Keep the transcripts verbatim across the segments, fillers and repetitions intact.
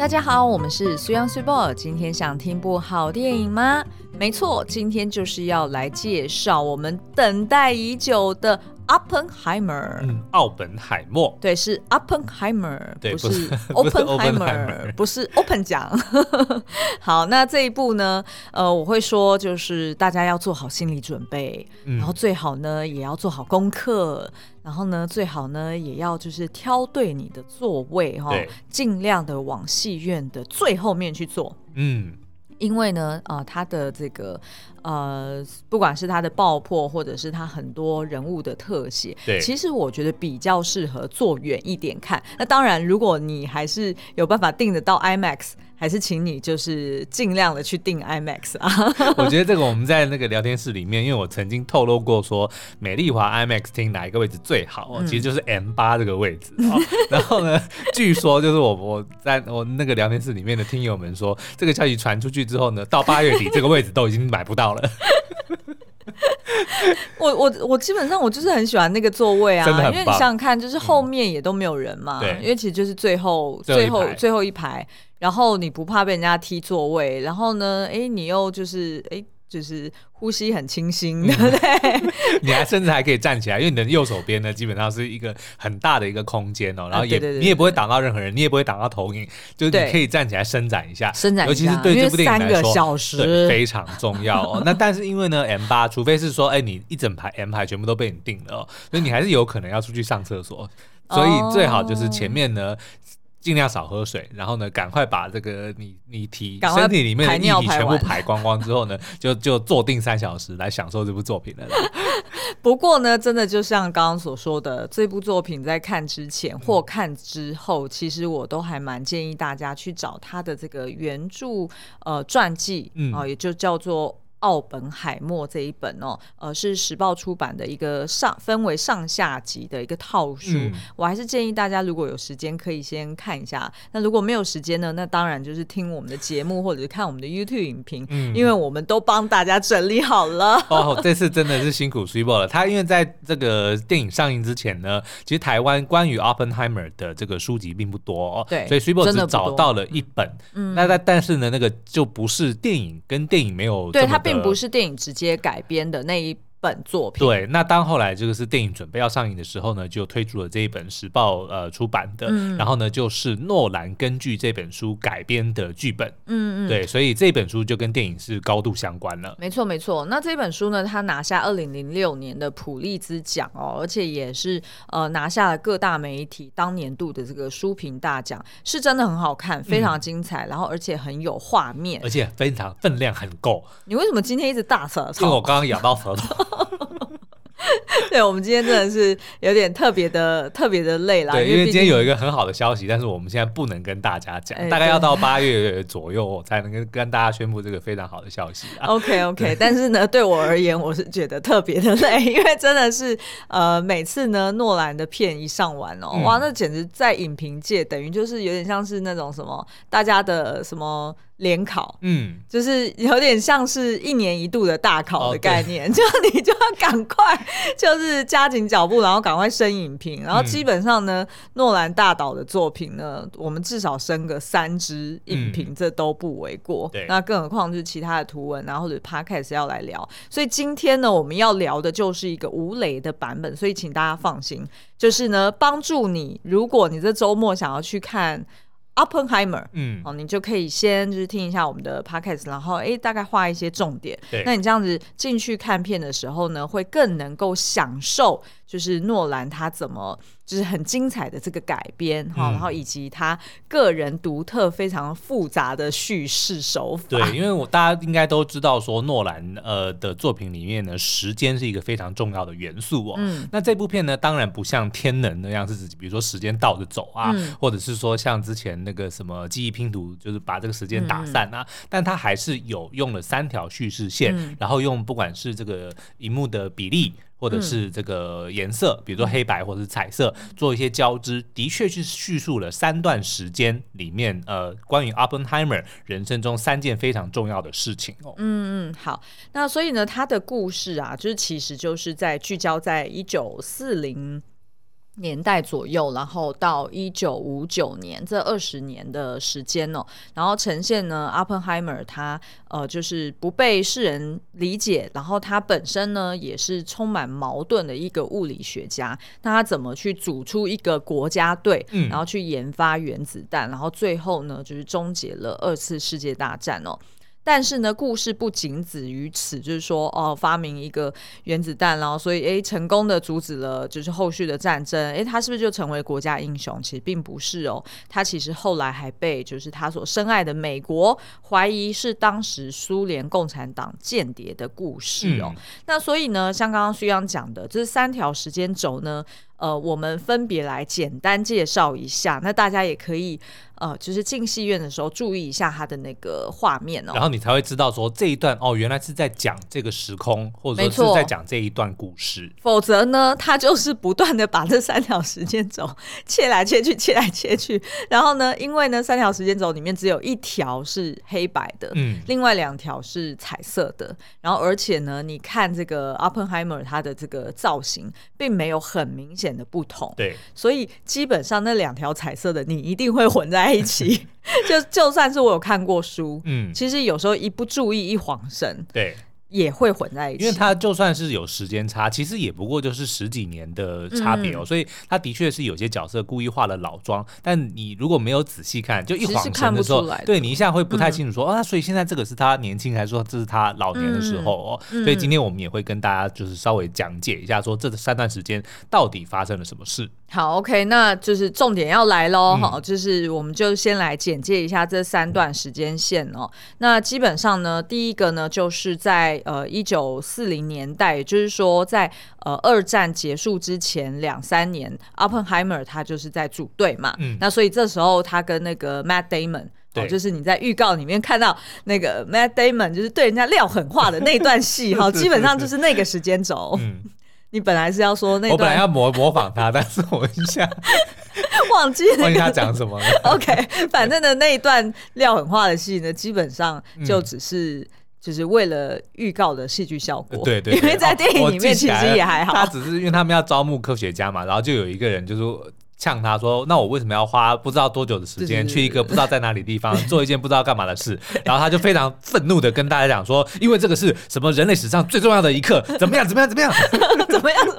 大家好，我们是苏央苏报，今天想听部好电影吗？没错，今天就是要来介绍我们等待已久的Oppenheimer， 嗯，奥本海默， 对，是 Oppenheimer， 对， 不是 Oppenheimer， 不是 Open 奖。好，那这一部呢，呃，我会说就是大家要做好心理准备，嗯、然后最好呢也要做好功课，然后呢最好呢也要就是挑对你的座位哈，尽量的往戏院的最后面去坐，嗯。因为呢，呃，他的这个呃，不管是他的爆破，或者是他很多人物的特写，其实我觉得比较适合坐远一点看。那当然，如果你还是有办法订得到 IMAX， 还是请你就是尽量的去订 IMAX 啊。 我觉得这个我们在那个聊天室里面，因为我曾经透露过说，美丽华 IMAX 厅哪一个位置最好、哦嗯、其实就是 M 八 这个位置、哦、然后呢，据说就是我我在我那个聊天室里面的听友们说，这个消息传出去之后呢，到八月底这个位置都已经买不到了。 我我我基本上我就是很喜欢那个座位啊， 真的很棒， 因为你想想看，就是后面也都没有人嘛，嗯、因为其实就是最后最后最后一排，然后你不怕被人家踢座位，然后呢，哎，你又就是哎。就是呼吸很清新，对不对？ 你还甚至还可以站起来，因为你的右手边呢，基本上是一个很大的一个空间哦，然后也、啊、对对对对你也不会挡到任何人，你也不会挡到投影，就是你可以站起来伸展一下， 伸展一下， 尤其是对这部电影来说， 三个小时对非常重要哦。那但是因为呢 M 八，除非是说，哎，你一整排 M 排全部都被你订了哦，所以你还是有可能要出去上厕所，所以最好就是前面呢。尽量少喝水，然后呢，赶快把这个你你体身体里面的液体全部排光光之后呢，就就坐定三小时来享受这部作品了。 不过呢，真的就像刚刚所说的，这部作品在看之前或看之后，嗯、其实我都还蛮建议大家去找他的这个原著呃传记啊、嗯呃，也就叫做。奥本海默这一本哦，呃，是时报出版的一个上分为上下集的一个套书、嗯。我还是建议大家如果有时间可以先看一下。那如果没有时间呢，那当然就是听我们的节目或者是看我们的 YouTube 影评、嗯，因为我们都帮大家整理好了。 哦，这次真的是辛苦 Swibo 了。他因为在这个电影上映之前呢，其实台湾关于 Oppenheimer 的这个书籍并不多哦， 对， 所以 Swibo 只找到了一本。嗯，那但是呢，那个就不是电影，跟电影没有这么的。 对，它并不是电影直接改编的那一本作品。 对，那当后来这个是电影准备要上映的时候呢，就推出了这一本时报呃出版的、嗯，然后呢就是诺兰根据这本书改编的剧本。嗯嗯，对，所以这本书就跟电影是高度相关了。 没错没错，那这本书呢，他拿下二零零六年的普利兹奖哦，而且也是呃拿下了各大媒体当年度的这个书评大奖，是真的很好看，非常精彩，嗯、然后而且很有画面， 而且非常分量很够。 你为什么今天一直大舌头？ 因为我刚刚咬到舌头。 对，我们今天真的是有点特别的特别的累啦。 对，因为今天有一个很好的消息，但是我们现在不能跟大家讲、欸，大概要到八月左右我才能跟跟大家宣布这个非常好的消息、啊。 OK OK， 但是呢，对我而言，我是觉得特别的累，因为真的是呃，每次呢，诺兰的片一上完哦，嗯、哇，那简直在影评界等于就是有点像是那种什么大家的什么。联考，嗯，就是有点像是一年一度的大考的概念，哦、就你就要赶快，就是加紧脚步，然后赶快升影评，然后基本上呢，嗯、诺兰大导的作品呢，我们至少升个三支影评，嗯，这都不为过。那更何况就是其他的图文，然后或者 podcast 要来聊，所以今天呢，我们要聊的就是一个无雷的版本，所以请大家放心，就是呢，帮助你，如果你这周末想要去看。Oppenheimer， 嗯，哦，你就可以先就是听一下我们的 podcast， 然后哎，大概画一些重点。那你这样子进去看片的时候呢，会更能够享受，就是诺兰他怎么就是很精彩的这个改编哈、嗯，然后以及他个人独特非常复杂的叙事手法。 对，因为我大家应该都知道说诺兰呃的作品里面呢，时间是一个非常重要的元素哦。嗯，那这部片呢，当然不像天能那样是比如说时间倒着走啊、嗯，或者是说像之前那个什么记忆拼图，就是把这个时间打散啊，嗯、但它还是有用了三条叙事线，嗯、然后用不管是这个荧幕的比例。或者是这个颜色、嗯、比如说黑白或者是彩色做一些交织，的确是叙述了三段时间里面呃关于 Oppenheimer 人生中三件非常重要的事情哦。 嗯嗯，好，那所以呢他的故事啊，就是其实就是在聚焦在一九四零年代左右，然后到一九五九年这二十年的时间哦，然后呈现呢 Oppenheimer 他呃就是不被世人理解，然后他本身呢也是充满矛盾的一个物理学家，那他怎么去组出一个国家队、嗯、然后去研发原子弹，然后最后呢就是终结了二次世界大战哦。但是呢，故事不仅止于此，就是说，哦，发明一个原子弹，然后所以，哎，成功的阻止了就是后续的战争，哎，他是不是就成为国家英雄？其实并不是哦，他其实后来还被就是他所深爱的美国怀疑是当时苏联共产党间谍的故事哦。嗯、那所以呢，像刚刚苏央讲的，这三条时间轴呢。呃，我们分别来简单介绍一下，那大家也可以呃，就是进戏院的时候注意一下它的那个画面哦， 然后你才会知道说这一段哦，原来是在讲这个时空，或者说是在讲这一段故事。 否则呢，它就是不断的把这三条时间轴切来切去，切来切去。然后呢，因为呢三条时间轴里面只有一条是黑白的，嗯，另外两条是彩色的。然后而且呢，你看这个 Oppenheimer 他的这个造型，并没有很明显的不同， 对， 所以基本上那两条彩色的你一定会混在一起。就就算是我有看过书，嗯，其实有时候一不注意一晃神， 对。 也会混在一起， 因为它就算是有时间差，其实也不过就是十几年的差别哦，嗯、所以它的确是有些角色故意化了老妆，但你如果没有仔细看，就一晃神的时候，对你一下会不太清楚说，嗯、哦，所以现在这个是他年轻，还是说这是他老年的时候哦？嗯、所以今天我们也会跟大家就是稍微讲解一下，说这三段时间到底发生了什么事。 好 ，OK， 那就是重点要来咯、嗯、就是我们就先来简介一下这三段时间线哦。那基本上呢，第一个呢，就是在呃一九四零年代，也就是说在呃二战结束之前两三年 ，Oppenheimer 他就是在组队嘛，嗯、那所以这时候他跟那个 Matt Damon。哦、就是你在预告里面看到那个 Matt Damon 就是对人家撂狠话的那段戏哈，基本上就是那个时间轴。嗯，你本来是要说那段， 我本来要模模仿他，但是我一下忘记、那個、 忘记他讲什么了。 OK， 反正呢那一段撂狠话的戏呢，基本上就只是、嗯。就是为了预告的戏剧效果， 对 对, 对， 因为在电影里面其实也还好。 他只是因为他们要招募科学家嘛，然后就有一个人就是呛他说：“那我为什么要花不知道多久的时间去一个不知道在哪里的地方做一件不知道干嘛的事？”然后他就非常愤怒的跟大家讲说：“因为这个是什么人类史上最重要的一刻，怎么样怎么样怎么样怎么样？”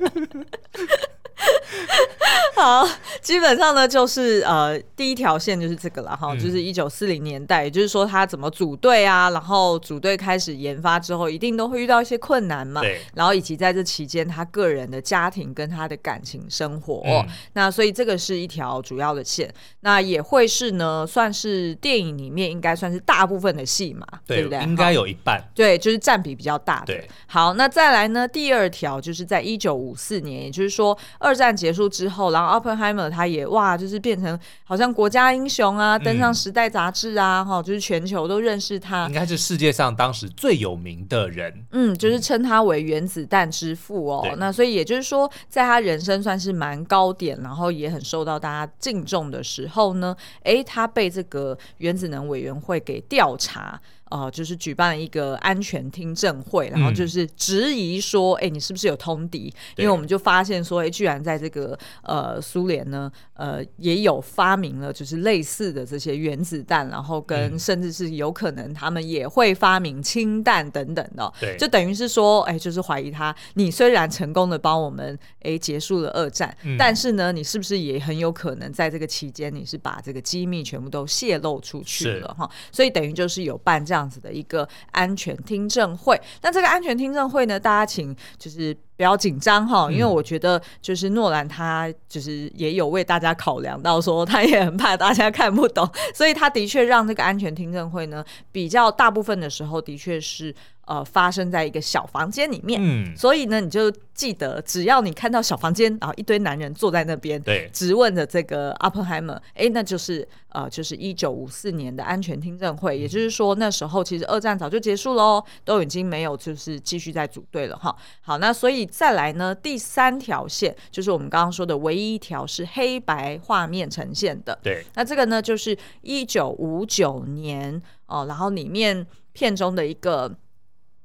好，基本上呢就是呃第一条线就是这个了哈、嗯，就是一九四零年代，也就是说他怎么组队啊，然后组队开始研发之后，一定都会遇到一些困难嘛， 对， 然后以及在这期间他个人的家庭跟他的感情生活，嗯、那所以这个是一条主要的线，那也会是呢算是电影里面应该算是大部分的戏嘛， 对, 对不对？ 应该有一半， 对，就是占比比较大的。 对， 好，那再来呢第二条就是在一九五四年，也就是说二战结束之后，然后 Oppenheimer 他也哇，就是变成好像国家英雄啊，登上时代杂志啊，嗯、就是全球都认识他， 应该是世界上当时最有名的人， 嗯，就是称他为原子弹之父哦。那所以也就是说，在他人生算是蛮高点，然后也很受到大家敬重的时候呢，哎，他被这个原子能委员会给调查。呃，就是举办了一个安全听证会，然后就是质疑说，哎、欸，你是不是有通敌？因为我们就发现说，哎、欸，居然在这个呃苏联呢，呃，也有发明了就是类似的这些原子弹，然后跟、嗯、甚至是有可能他们也会发明氢弹等等的、喔， 对， 就等于是说，哎、欸，就是怀疑他，你虽然成功的帮我们哎、欸、结束了二战、嗯，但是呢，你是不是也很有可能在这个期间，你是把这个机密全部都泄露出去了哈？所以等于就是有办这样。这样子的一个安全听证会，那这个安全听证会呢，大家请就是不要紧张哈，因为我觉得就是诺兰他就是也有为大家考量到说，他也很怕大家看不懂，所以他的确让这个安全听证会呢，比较大部分的时候的确是呃发生在一个小房间里面，嗯，所以呢你就记得，只要你看到小房间，然后一堆男人坐在那边， 对， 质问着这个 Oppenheimer， 哎，那就是呃就是一九五四年的安全听证会，也就是说那时候其实二战早就结束喽，都已经没有就是继续在组队了哈。好，那所以再来呢，第三条线就是我们刚刚说的唯一一条是黑白画面呈现的， 对， 那这个呢就是一九五九年哦，然后里面片中的一个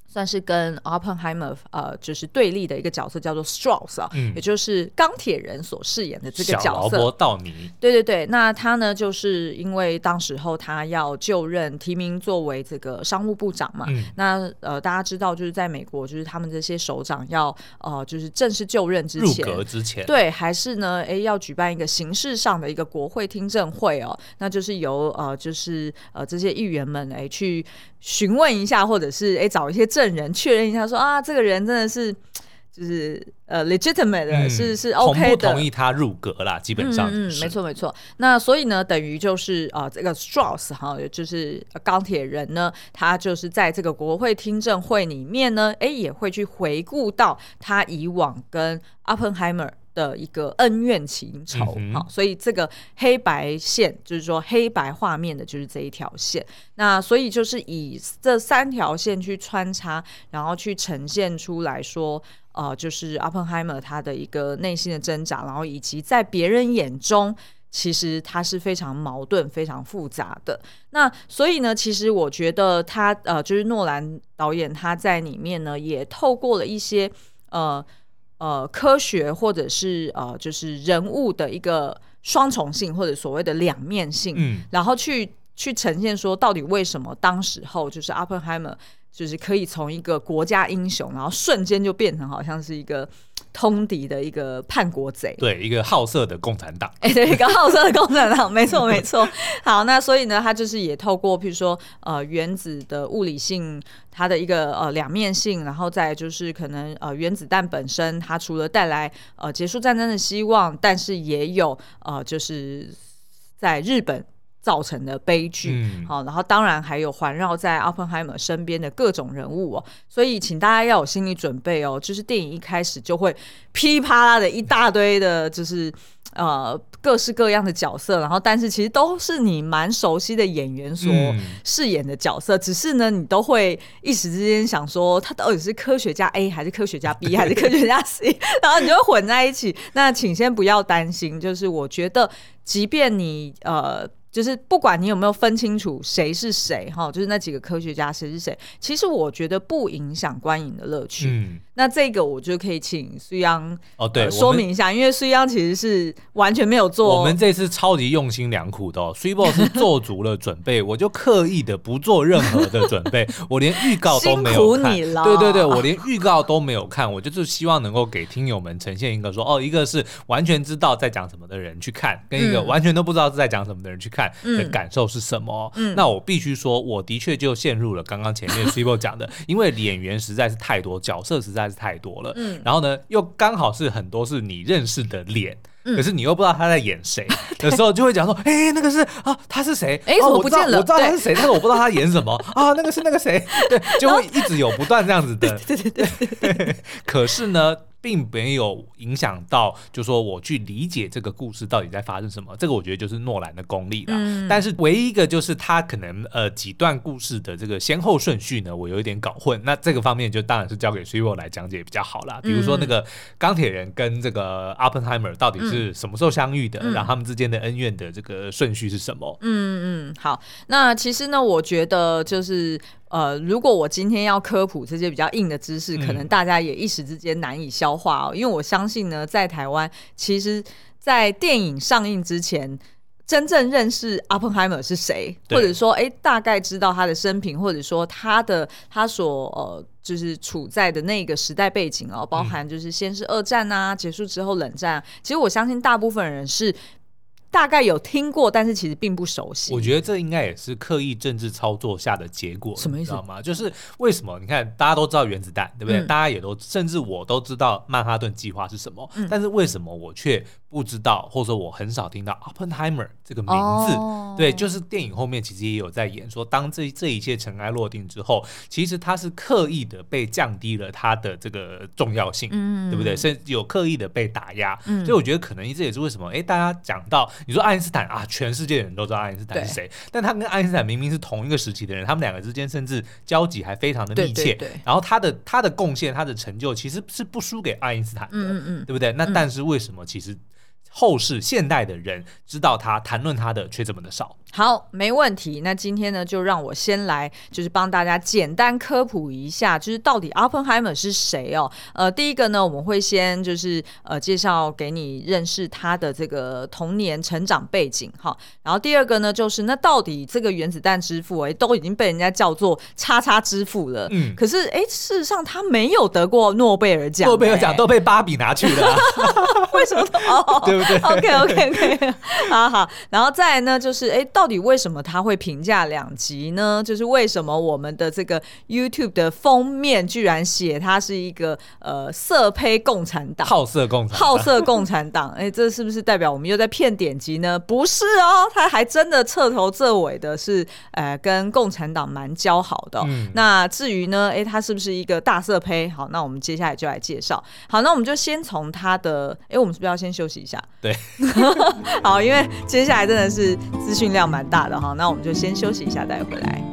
算是跟 Oppenheimer 呃，就是对立的一个角色叫做 Strauss 啊、 嗯， 也就是钢铁人所饰演的这个角色。 小劳勃道尼。 对对对，那他呢，就是因为当时候他要就任提名作为这个商务部长嘛，嗯、那呃大家知道，就是在美国，就是他们这些首长要呃就是正式就任之前， 入阁之前， 对，还是呢，哎，要举办一个形式上的一个国会听证会哦，那就是由呃就是呃这些议员们哎去询问一下，或者是哎找一些证人确认一下说，啊这个人真的是就是呃 legitimate 的、嗯、是是 OK 的， 同不同意他入阁啦，基本上、 嗯嗯、没错没错。那所以呢等于就是呃这个 Strauss 哈，就是钢铁人呢，他就是在这个国会听证会里面呢，哎也会去回顾到他以往跟 Oppenheimer的一个恩怨情仇、嗯哦、所以这个黑白线就是说黑白画面的就是这一条线，那所以就是以这三条线去穿插，然后去呈现出来说呃，就是 Oppenheimer 他的一个内心的挣扎，然后以及在别人眼中其实他是非常矛盾非常复杂的。那所以呢其实我觉得他呃，就是诺兰导演他在里面呢也透过了一些呃呃，科学或者是呃，就是人物的一个双重性或者所谓的两面性，嗯，然后去去呈现说到底为什么当时候就是 Oppenheimer 就是可以从一个国家英雄，然后瞬间就变成好像是一个通敌的一个叛国贼， 对，一个好色的共产党， 哎、欸，对，一个好色的共产党，没错没错。好，那所以呢，他就是也透过譬如说呃原子的物理性，它的一个呃两面性，然后再就是可能呃原子弹本身，它除了带来呃结束战争的希望，但是也有呃就是在日本造成的悲剧、嗯哦、然后当然还有环绕在 Oppenheimer 身边的各种人物哦，所以请大家要有心理准备哦，就是电影一开始就会噼里啪啦的一大堆的就是呃各式各样的角色，然后但是其实都是你蛮熟悉的演员所饰演的角色、嗯、只是呢你都会一时之间想说他到底是科学家 A 还是科学家 B 还是科学家 C 然后你就会混在一起。那请先不要担心，就是我觉得即便你呃就是不管你有没有分清楚谁是谁，就是那几个科学家谁是谁，其实我觉得不影响观影的乐趣、嗯、那这个我就可以请苏央、 哦对呃、 说明一下，因为苏央其实是完全没有做， 我们这次超级用心良苦的哦，苏波是做足了准备我就刻意的不做任何的准备我连预告都没有看， 辛苦你了， 对对对，我连预告都没有看我就是希望能够给听友们呈现一个说哦，一个是完全知道在讲什么的人去看，跟一个完全都不知道是在讲什么的人去看的感受是什么、嗯、那我必须说我的确就陷入了刚刚前面 Cibo 讲的因为演员实在是太多，角色实在是太多了、嗯、然后呢又刚好是很多是你认识的脸、嗯、可是你又不知道他在演谁的时候就会讲说哎、欸，那个是啊，他是谁？哎、欸，怎么不见了？我知道他是谁，但是我不知道他演什么啊，那个是那个谁？对，就会一直有不断这样子的对对对对对可是呢并没有影响到就说我去理解这个故事到底在发生什么，这个我觉得就是诺兰的功力啦、嗯、但是唯一一个就是他可能呃几段故事的这个先后顺序呢我有一点搞混，那这个方面就当然是交给 Cibo 来讲解比较好啦，比如说那个钢铁人跟这个 Oppenheimer 到底是什么时候相遇的、嗯、然后他们之间的恩怨的这个顺序是什么。 嗯嗯，好，那其实呢我觉得就是呃，如果我今天要科普这些比较硬的知识、嗯、可能大家也一时之间难以消化哦，因为我相信呢在台湾其实在电影上映之前真正认识 Oppenheimer 是谁，或者说哎大概知道他的生平，或者说他的他所呃就是处在的那个时代背景哦，包含就是先是二战啊、嗯、结束之后冷战、啊、其实我相信大部分人是大概有听过，但是其实并不熟悉。 我觉得这应该也是刻意政治操作下的结果。 什么意思？ 你知道吗？就是为什么你看大家都知道原子弹，对不对、嗯、大家也都甚至我都知道曼哈顿计划是什么、嗯、但是为什么我却不知道，或者说我很少听到 Oppenheimer 这个名字、哦、对，就是电影后面其实也有在演说当 这, 这一切尘埃落定之后，其实他是刻意的被降低了他的这个重要性、嗯、对不对？甚至有刻意的被打压、嗯、所以我觉得可能这也是为什么哎，大家讲到你说爱因斯坦啊，全世界人都知道爱因斯坦是谁，但他跟爱因斯坦明明是同一个时期的人，他们两个之间甚至交集还非常的密切，对对对，然后他的他的贡献他的成就其实是不输给爱因斯坦的，嗯嗯，对不对？那但是为什么其实后世现代的人知道他谈论他的却这么的少。 好，没问题。那今天呢，就让我先来，就是帮大家简单科普一下，就是到底 Oppenheimer 是谁哦。呃，第一个呢，我们会先就是呃介绍给你认识他的这个童年成长背景哈。然后第二个呢，就是那到底这个原子弹之父哎，都已经被人家叫做叉叉之父了，嗯，可是哎，事实上他没有得过诺贝尔奖， 诺贝尔奖都被芭比拿去了、啊， 为什么？哦， 对不对 ？OK OK OK， 好好。然后再来呢，就是哎，到底为什么他会评价两极呢？就是为什么我们的这个 YouTube 的封面居然写他是一个呃色胚共产党， 好色共产党， 好色共产党？哎，这是不是代表我们又在骗点击呢？不是哦，他还真的彻头彻尾的是呃跟共产党蛮交好的、哦嗯。那至于呢，哎，他是不是一个大色胚？好，那我们接下来就来介绍。好，那我们就先从他的，哎，我们是不是要先休息一下？ 对， 好，因为接下来真的是资讯量蛮大的哈，那我们就先休息一下，再回来。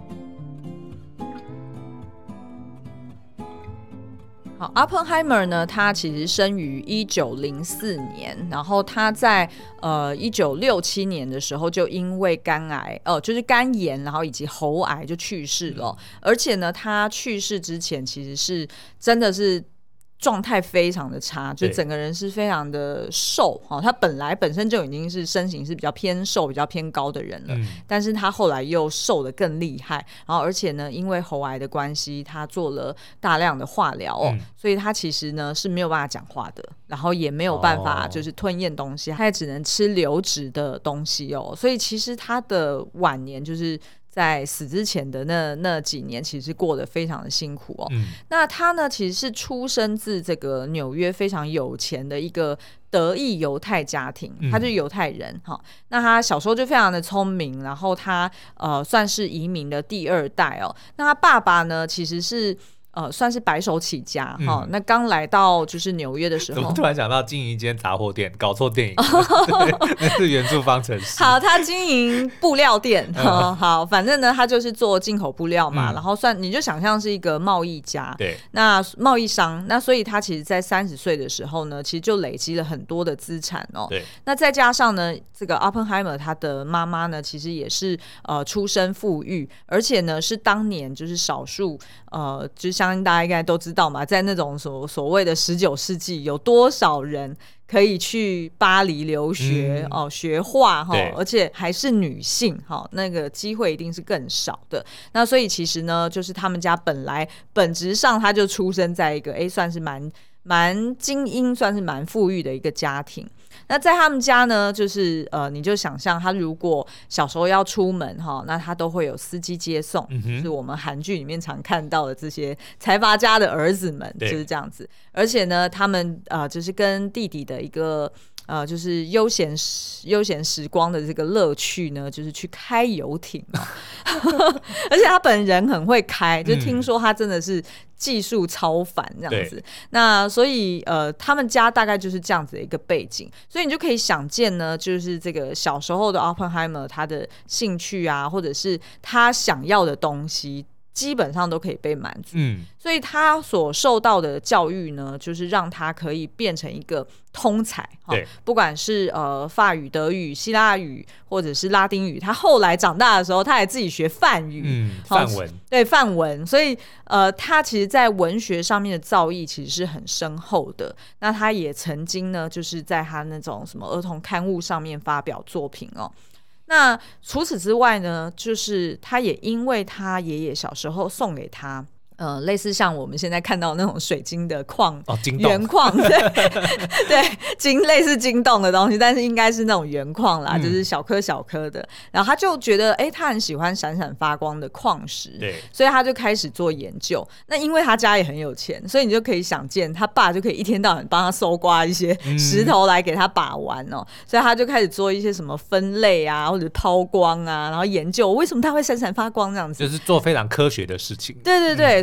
好 ，Oppenheimer 呢，他其实生于一九零四年，然后他在呃一九六七年的时候就因为肝癌，呃，就是肝炎，然后以及喉癌就去世了。而且呢，他去世之前其实是真的是状态非常的差，就整个人是非常的瘦、哦、他本来本身就已经是身形是比较偏瘦比较偏高的人了、嗯、但是他后来又瘦得更厉害，然后而且呢因为喉癌的关系他做了大量的化疗、哦嗯、所以他其实呢是没有办法讲话的，然后也没有办法就是吞咽东西、哦、他也只能吃流质的东西哦，所以其实他的晚年就是在死之前的那那几年其实过得非常的辛苦哦、嗯、那他呢其实是出生自这个纽约非常有钱的一个德裔犹太家庭，他就是犹太人、嗯、那他小时候就非常的聪明，然后他呃算是移民的第二代哦。那他爸爸呢其实是呃，算是白手起家哈、嗯。那刚来到就是纽约的时候， 怎么突然想到经营一间杂货店，搞错电影了？那是原住方程式。 好，他经营布料店，嗯、好，反正呢，他就是做进口布料嘛，嗯、然后算你就想象是一个贸易家， 对， 那贸易商，那所以他其实，在三十岁的时候呢，其实就累积了很多的资产哦。 对， 那再加上呢，这个 Oppenheimer 他的妈妈呢，其实也是呃出身富裕，而且呢是当年就是少数呃就是。相信大家应该都知道嘛，在那种所所谓的十九世纪，有多少人可以去巴黎留学、嗯、哦，学画哈，而且还是女性哈，那个机会一定是更少的。那所以其实呢，就是他们家本来本质上他就出生在一个哎，算是蛮蛮精英，算是蛮富裕的一个家庭。那在他们家呢，就是呃，你就想象他如果小时候要出门哈，那他都会有司机接送，嗯、就是我们韩剧里面常看到的这些财阀家的儿子们就是这样子。而且呢，他们呃，就是跟弟弟的一个呃，就是悠闲悠闲时光的这个乐趣呢，就是去开游艇、哦、而且他本人很会开，就听说他真的是技术超凡这样子、嗯、那所以呃，他们家大概就是这样子的一个背景，所以你就可以想见呢，就是这个小时候的 Oppenheimer 他的兴趣啊，或者是他想要的东西基本上都可以被满足、嗯、所以他所受到的教育呢，就是让他可以变成一个通才，对，不管是呃法语、德语、希腊语或者是拉丁语，他后来长大的时候他还自己学梵语， 嗯，梵文， 对，梵文，所以呃他其实在文学上面的造诣其实是很深厚的。那他也曾经呢就是在他那种什么儿童刊物上面发表作品哦。那除此之外呢，就是他也因为他爷爷小时候送给他呃，类似像我们现在看到那种水晶的矿、 哦、 原矿，对对，晶类似晶洞的东西，但是应该是那种原矿啦、嗯，就是小颗小颗的。然后他就觉得，哎、欸，他很喜欢闪闪发光的矿石，对，所以他就开始做研究。那因为他家也很有钱，所以你就可以想见，他爸就可以一天到晚帮他搜刮一些石头来给他把玩哦、喔嗯。所以他就开始做一些什么分类啊，或者抛光啊，然后研究为什么它会闪闪发光这样子， 就是做非常科学的事情。 对对对。嗯，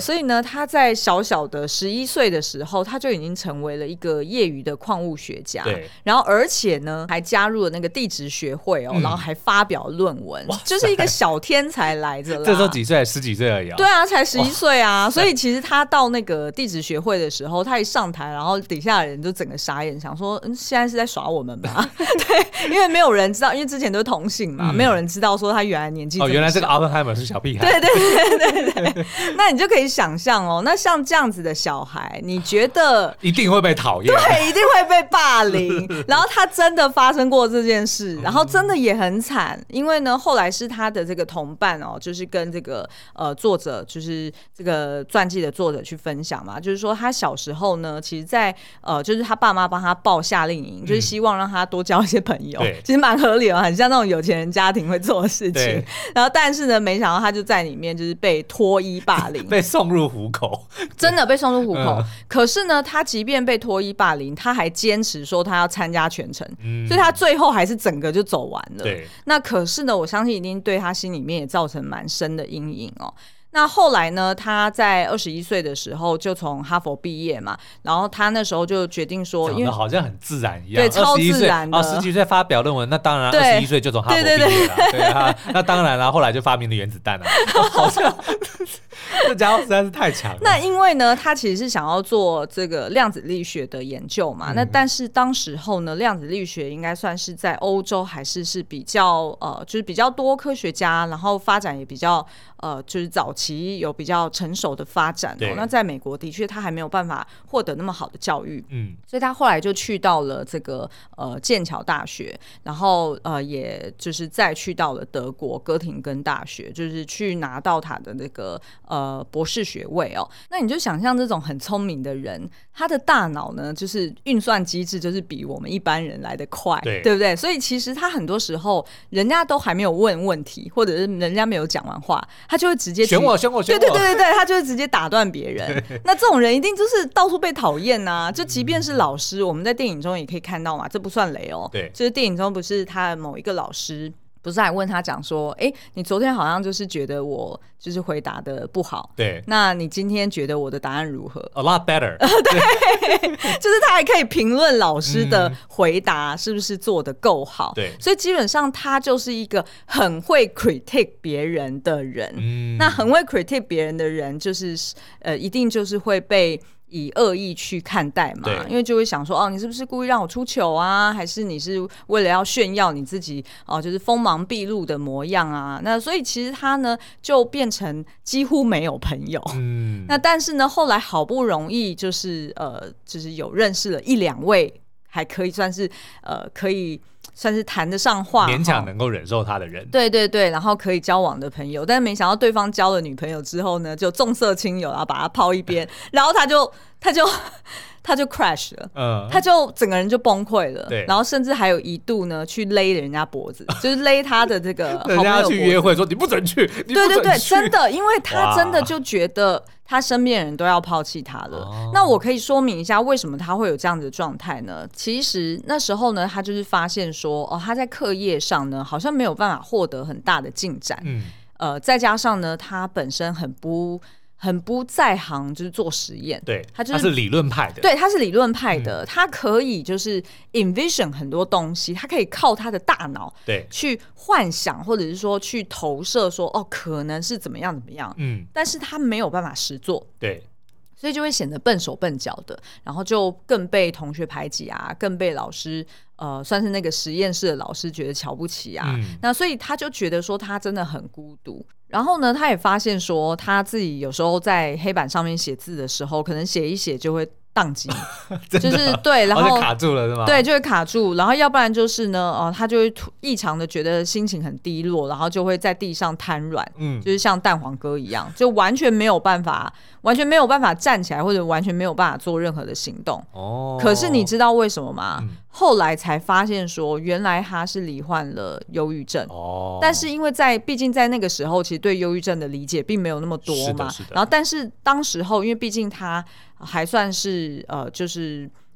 所以呢，他在小小的十一岁的时候，他就已经成为了一个业余的矿物学家。 对， 然后而且呢，还加入了那个地质学会哦，嗯、然后还发表论文，就是一个小天才来着啦。 这时候几岁？十几岁而已啊、哦。 对啊，才十一岁啊！所以其实他到那个地质学会的时候，他一上台，然后底下的人就整个傻眼，想说：“嗯，现在是在耍我们吧？”对，因为没有人知道，因为之前都是同性嘛，嗯、没有人知道说他原来年纪这么小。 哦，原来这个奥本海默是小屁孩。 对对对对对，那你就可以想象哦，那像这样子的小孩，你觉得一定会被讨厌， 对，一定会被霸凌。然后他真的发生过这件事，然后真的也很惨，因为呢，后来是他的这个同伴哦，就是跟这个呃作者，就是这个传记的作者去分享嘛，就是说他小时候呢，其实在呃，就是他爸妈帮他报夏令营，嗯、就是希望让他多交一些朋友，其实蛮合理的，很像那种有钱人家庭会做的事情。然后，但是呢，没想到他就在里面就是被脱衣霸凌， 被送入虎口， 真的被送入虎口。嗯、可是呢，他即便被脱衣霸凌，他还坚持说他要参加全程，嗯、所以他最后还是整个就走完了。 对， 那可是呢，我相信一定对他心里面也造成蛮深的阴影哦。那后来呢，他在二十一岁的时候就从哈佛毕业嘛，然后他那时候就决定说，因为好像很自然一样， 对，超自然的。 哦，十几岁发表论文，那当然二十一岁就从哈佛毕业了，对, 对, 对, 对啊，那当然了，后来就发明了原子弹了，好像这家伙实在是太强了。 那因为呢，他其实是想要做这个量子力学的研究嘛，嗯、那但是当时候呢，量子力学应该算是在欧洲还是是比较呃，就是比较多科学家，然后发展也比较呃，就是早期有比较成熟的发展哦。那在美国的确他还没有办法获得那么好的教育，嗯，所以他后来就去到了这个呃剑桥大学，然后呃也就是再去到了德国哥廷根大学，就是去拿到他的那个呃博士学位哦。那你就想象这种很聪明的人，他的大脑呢，就是运算机制就是比我们一般人来得快，对，对不对？所以其实他很多时候人家都还没有问问题，或者是人家没有讲完话，他就会直接选我选我选我， 对对对对对，他就会直接打断别人。那这种人一定就是到处被讨厌呐。就即便是老师，我们在电影中也可以看到嘛，这不算雷哦。 对， 就是电影中不是他某一个老师。不是还问他讲说，哎、欸，你昨天好像就是觉得我就是回答的不好， 对， 那你今天觉得我的答案如何 ？A lot better 。 对，就是他还可以评论老师的回答是不是做得够好。 对、嗯， 所以基本上他就是一个很会 critique 别人的人。嗯，那很会 critique 别人的人，就是呃，一定就是会被以恶意去看待嘛，因为就会想说，哦，你是不是故意让我出糗啊？还是你是为了要炫耀你自己哦，就是锋芒毕露的模样啊？那所以其实他呢就变成几乎没有朋友。嗯，那但是呢，后来好不容易就是呃，就是有认识了一两位，还可以算是呃可以。算是谈得上话， 勉强能够忍受他的人， 对对对，然后可以交往的朋友，但是没想到对方交了女朋友之后呢，就重色轻友，然后把他抛一边，然后他就他就他就 crash 了，嗯，他就整个人就崩溃了，对，然后甚至还有一度呢去勒人家脖子，就是勒他的这个好朋友脖子， 人家去约会说你不准去，你不准去， 对对对，真的，因为他真的就觉得。他身边人都要抛弃他了、哦、那我可以说明一下为什么他会有这样的状态呢？其实那时候呢，他就是发现说哦，他在课业上呢好像没有办法获得很大的进展，嗯，呃，再加上呢他本身很不很不在行，就是做实验， 对， 他就是他是理论派的， 对，他是理论派的、嗯，他可以就是 envision 很多东西，他可以靠他的大脑对去幻想，或者是说去投射说哦，可能是怎么样怎么样，嗯，但是他没有办法实做， 对。 所以就会显得笨手笨脚的，然后就更被同学排挤啊，更被老师呃，算是那个实验室的老师觉得瞧不起啊、嗯。那所以他就觉得说他真的很孤独。然后呢，他也发现说他自己有时候在黑板上面写字的时候，可能写一写就会宕机，就是对，然后、 哦、卡住了是吗？ 对，就会卡住。然后要不然就是呢，哦、呃，他就会异常的觉得心情很低落，然后就会在地上瘫软，嗯，就是像蛋黄哥一样，就完全没有办法，完全没有办法站起来，或者完全没有办法做任何的行动。哦，可是你知道为什么吗？嗯，后来才发现说，原来他是罹患了忧郁症。哦，但是因为在毕竟在那个时候，其实对忧郁症的理解并没有那么多嘛。然后，但是当时候，因为毕竟他还算是呃，就是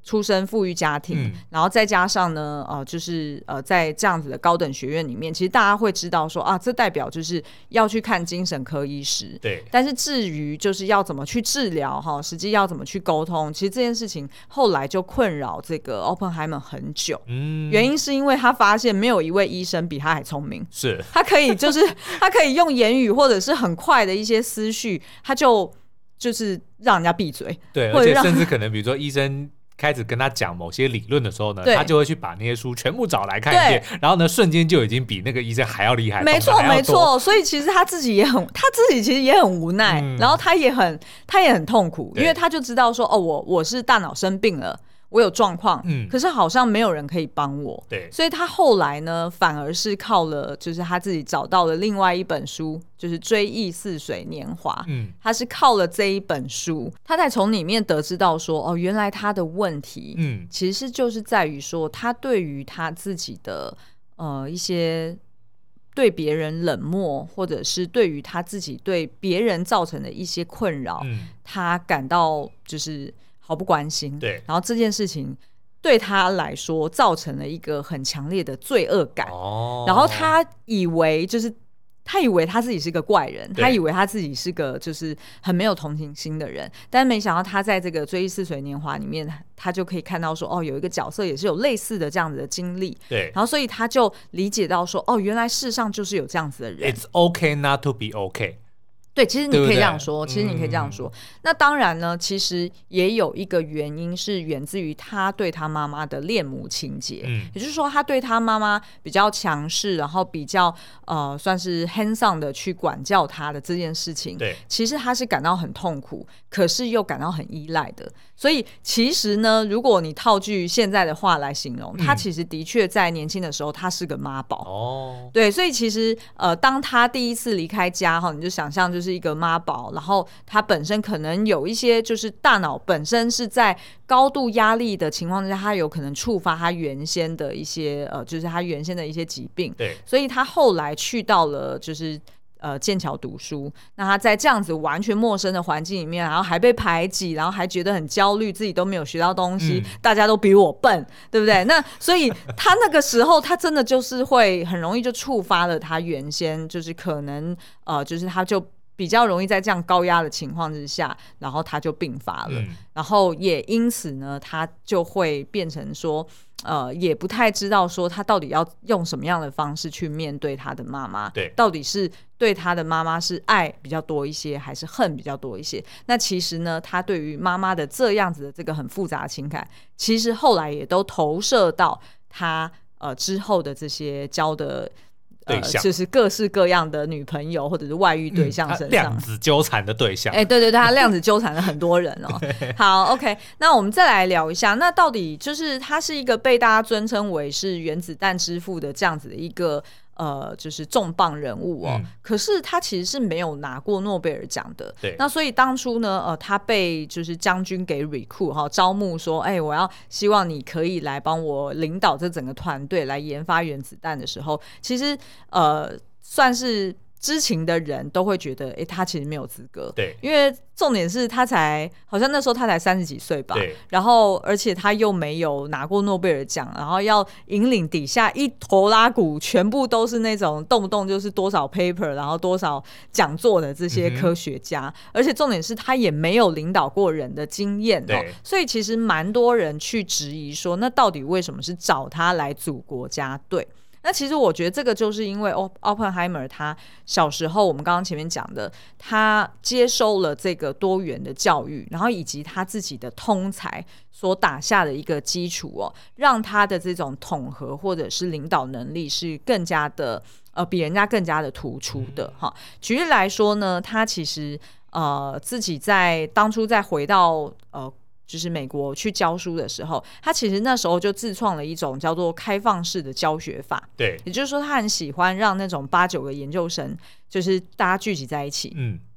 出身富裕家庭、嗯、然后再加上呢呃就是呃在这样子的高等学院里面，其实大家会知道说啊，这代表就是要去看精神科医师。 对， 但是至于就是要怎么去治疗哈，实际要怎么去沟通，其实这件事情后来就困扰这个 Oppenheimer 很久。嗯，原因是因为他发现没有一位医生比他还聪明， 是他可以就是他可以用言语或者是很快的一些思绪，他就就是让人家闭嘴。 对，而且甚至可能比如说医生开始跟他讲某些理论的时候呢，他就会去把那些书全部找来看一遍，然后呢瞬间就已经比那个医生还要厉害。 没错没错，所以其实他自己也很他自己其实也很无奈、嗯、然后他也很他也很痛苦，因为他就知道说哦，我我是大脑生病了，我有状况、嗯，可是好像没有人可以帮我。 对， 所以他后来呢反而是靠了就是他自己找到了另外一本书，就是《追忆似水年华》。嗯，他是靠了这一本书，他才从里面得知到说哦，原来他的问题嗯，其实就是在于说他对于他自己的呃一些对别人冷漠，或者是对于他自己对别人造成的一些困扰、嗯、他感到就是毫不关心。 对， 然后这件事情对他来说造成了一个很强烈的罪恶感、哦、然后他以为就是他以为他自己是个怪人，他以为他自己是个就是很没有同情心的人，但没想到他在这个《追忆似水年华》里面，他就可以看到说哦，有一个角色也是有类似的这样子的经历。 对， 然后所以他就理解到说哦，原来世上就是有这样子的人。 It's okay not to be okay。 对，其实你可以这样说，其实你可以这样说、嗯、那当然呢，其实也有一个原因是源自于他对他妈妈的恋母情节、嗯、也就是说他对他妈妈比较强势，然后比较呃算是 hands on 的去管教他的这件事情， 对， 其实他是感到很痛苦，可是又感到很依赖的。所以其实呢，如果你套句现在的话来形容、嗯、他其实的确在年轻的时候他是个妈宝。哦，对，所以其实呃，当他第一次离开家哈，你就想象就是一个妈宝，然后他本身可能有一些就是大脑本身是在高度压力的情况之下，他有可能触发他原先的一些呃，就是他原先的一些疾病。 对， 所以他后来去到了就是呃剑桥读书，那他在这样子完全陌生的环境里面，然后还被排挤，然后还觉得很焦虑，自己都没有学到东西、嗯、大家都比我笨，对不对？那所以他那个时候他真的就是会很容易就触发了他原先就是可能呃就是他就比较容易在这样高压的情况之下，然后他就病发了、嗯、然后也因此呢他就会变成说呃，也不太知道说他到底要用什么样的方式去面对他的妈妈， 对， 到底是对他的妈妈是爱比较多一些还是恨比较多一些。那其实呢他对于妈妈的这样子的这个很复杂的情感，其实后来也都投射到他呃之后的这些交的呃，就是各式各样的女朋友或者是外遇对象身上、嗯、 量子纠缠的对象。 哎、欸，对对对，他量子纠缠了很多人哦。好 ，OK， 那我们再来聊一下，那到底就是他是一个被大家尊称为是原子弹之父的这样子的一个呃，就是重磅人物哦、嗯。可是他其实是没有拿过诺贝尔奖的。 对。 那所以当初呢，呃，他被就是将军给 recruit 哈、哦、招募说，哎、欸，我要希望你可以来帮我领导这整个团队来研发原子弹的时候，其实呃算是知情的人都会觉得，哎、欸，他其实没有资格。 对， 因为重点是他才好像那时候他才三十几岁吧。 对。 然后而且他又没有拿过诺贝尔奖，然后要引领底下一头拉鼓，全部都是那种动不动就是多少 paper， 然后多少讲座的这些科学家、嗯。而且重点是他也没有领导过人的经验哦。所以其实蛮多人去质疑说，那到底为什么是找他来组国家队？那其实我觉得这个就是因为 Oppenheimer 他小时候我们刚刚前面讲的，他接受了这个多元的教育，然后以及他自己的通才所打下的一个基础哦，让他的这种统合或者是领导能力是更加的呃比人家更加的突出的哈。举例来说呢，他其实呃自己在当初在回到呃就是美国去教书的时候，他其实那时候就自创了一种叫做开放式的教学法。 对， 也就是说他很喜欢让那种八九个研究生就是大家聚集在一起，嗯，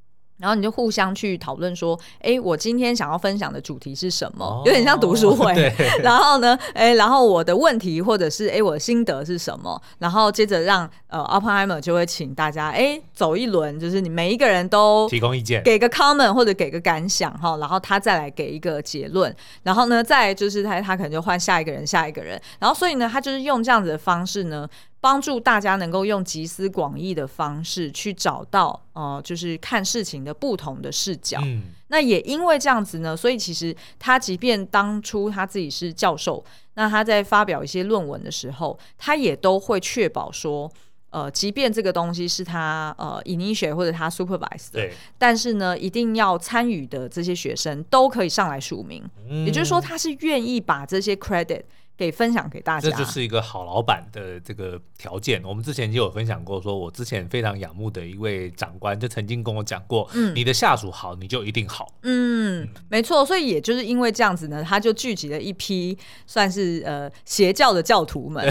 然后你就互相去讨论说，哎，我今天想要分享的主题是什么？哦、有点像读书会。然后呢，哎，然后我的问题或者是哎我的心得是什么？然后接着让呃 Oppenheimer 就会请大家哎走一轮，就是你每一个人都提供意见， 给个 comment 或者给个感想哈，然后他再来给一个结论。然后呢，再来就是他他可能就换下一个人，下一个人。然后所以呢，他就是用这样子的方式呢。帮助大家能够用集思广益的方式去找到呃，就是看事情的不同的视角、嗯、那也因为这样子呢，所以其实他即便当初他自己是教授，那他在发表一些论文的时候，他也都会确保说呃，即便这个东西是他呃 initiate 或者他 supervise 的，但是呢一定要参与的这些学生都可以上来署名、嗯、也就是说他是愿意把这些 credit给分享给大家， 这就是一个好老板的这个条件。我们之前就有分享过，说我之前非常仰慕的一位长官就曾经跟我讲过、嗯、你的下属好你就一定好。 嗯, 嗯没错，所以也就是因为这样子呢，他就聚集了一批算是呃邪教的教徒们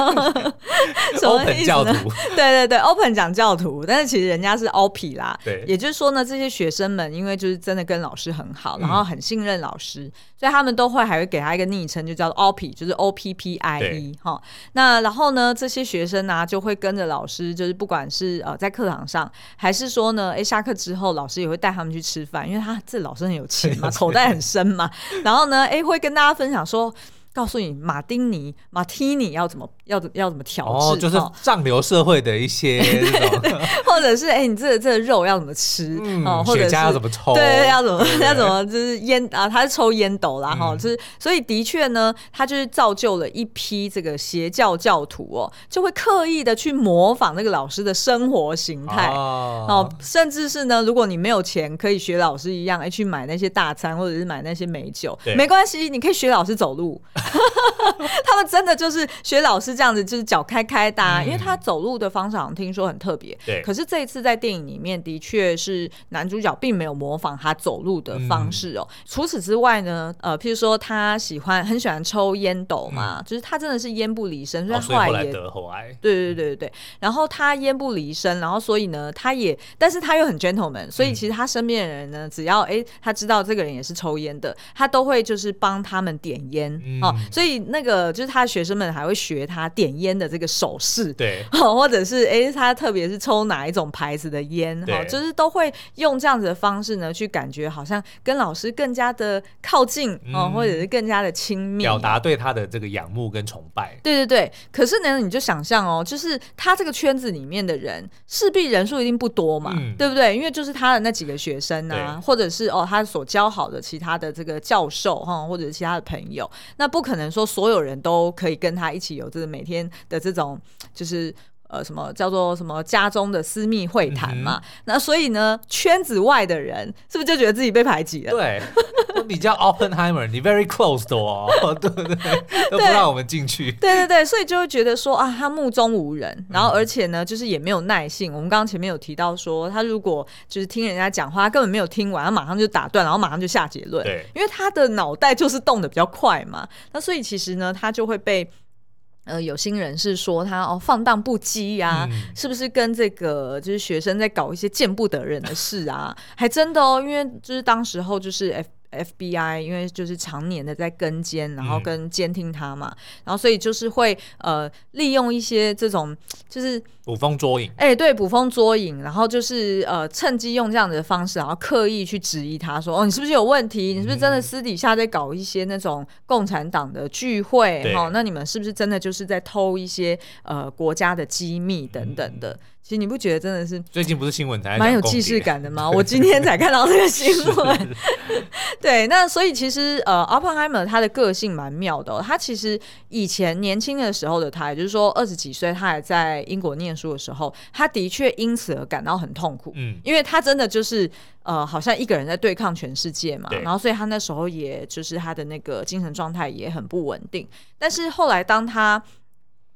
open 教徒对对对 open 讲教徒，但是其实人家是 O P 啦。对，也就是说呢，这些学生们因为就是真的跟老师很好，然后很信任老师、嗯、所以他们都会还会给他一个昵称，就叫做 O P， 就是 O P P I E 哈。那然后呢，这些学生啊就会跟着老师，就是不管是呃在课堂上，还是说呢，哎下课之后，老师也会带他们去吃饭，因为他这老师很有钱嘛，口袋很深嘛。然后呢，哎会跟大家分享说。告诉你马丁尼马提尼要怎么要要怎么调制、 哦、就是上流社会的一些这种或者是哎、欸、你这个这个肉要怎么吃、嗯哦、或者是雪茄要怎么抽， 对要怎么要怎么就是烟啊，他是抽烟斗啦、嗯、就是所以的确呢，他就是造就了一批这个邪教教徒哦，就会刻意的去模仿那个老师的生活形态、哦哦、甚至是呢，如果你没有钱可以学老师一样、欸、去买那些大餐或者是买那些美酒，没关系，你可以学老师走路他们真的就是学老师这样子，就是脚开开的、啊嗯、因为他走路的方式好像听说很特别，可是这一次在电影里面的确是男主角并没有模仿他走路的方式哦、嗯、除此之外呢，呃，譬如说他喜欢很喜欢抽烟斗嘛、嗯、就是他真的是烟不离身，所以他后来也、哦、 得喉癌， 对对对对对，然后他烟不离身，然后所以呢他也但是他又很 gentleman， 所以其实他身边的人呢，只要哎他知道这个人也是抽烟的，他都会就是帮他们点烟、嗯哦、所以那个就是他的学生们还会学他点烟的这个手势，对、哦，或者是哎他特别是抽哪一种牌子的烟、哦、就是都会用这样子的方式呢，去感觉好像跟老师更加的靠近、嗯哦、或者是更加的亲密， 表达对他的这个仰慕跟崇拜。 对对对，可是呢你就想象哦，就是他这个圈子里面的人势必人数一定不多嘛、嗯、对不对？因为就是他的那几个学生啊，或者是哦他所教好的其他的这个教授、哦、或者是其他的朋友，那不可能说所有人都可以跟他一起有这个每天的这种就是呃什么叫做什么家中的私密会谈嘛、嗯、那所以呢圈子外的人是不是就觉得自己被排挤了？ 对，你叫 Oppenheimer 你 very close 的哦对不对？都不让我们进去。 对对对，所以就会觉得说啊他目中无人，然后而且呢就是也没有耐性。我们刚刚前面有提到说他如果就是听人家讲话，他根本没有听完，他马上就打断，然后马上就下结论，对，因为他的脑袋就是动得比较快嘛。那所以其实呢他就会被呃，有心人士说他哦放荡不羁啊、嗯，是不是跟这个就是学生在搞一些见不得人的事啊？还真的哦，因为就是当时候就是 F F B I 因为就是常年的在跟监，然后跟监听他嘛、嗯、然后所以就是会呃利用一些这种就是捕风捉影， 哎、欸，对，捕风捉影，然后就是呃趁机用这样的方式，然后刻意去质疑他说，哦，你是不是有问题？你是不是真的私底下在搞一些那种共产党的聚会？哦，那你们是不是真的就是在偷一些呃国家的机密等等的？嗯，其实你不觉得真的是最近不是新闻台蛮有既视感的吗？我今天才看到这个新闻。对，那所以其实呃 Oppenheimer 他的个性蛮妙的、哦、他其实以前年轻的时候的他，也就是说二十几岁他还在英国念书的时候，他的确因此而感到很痛苦、嗯、因为他真的就是呃，好像一个人在对抗全世界嘛，然后所以他那时候也就是他的那个精神状态也很不稳定。但是后来当他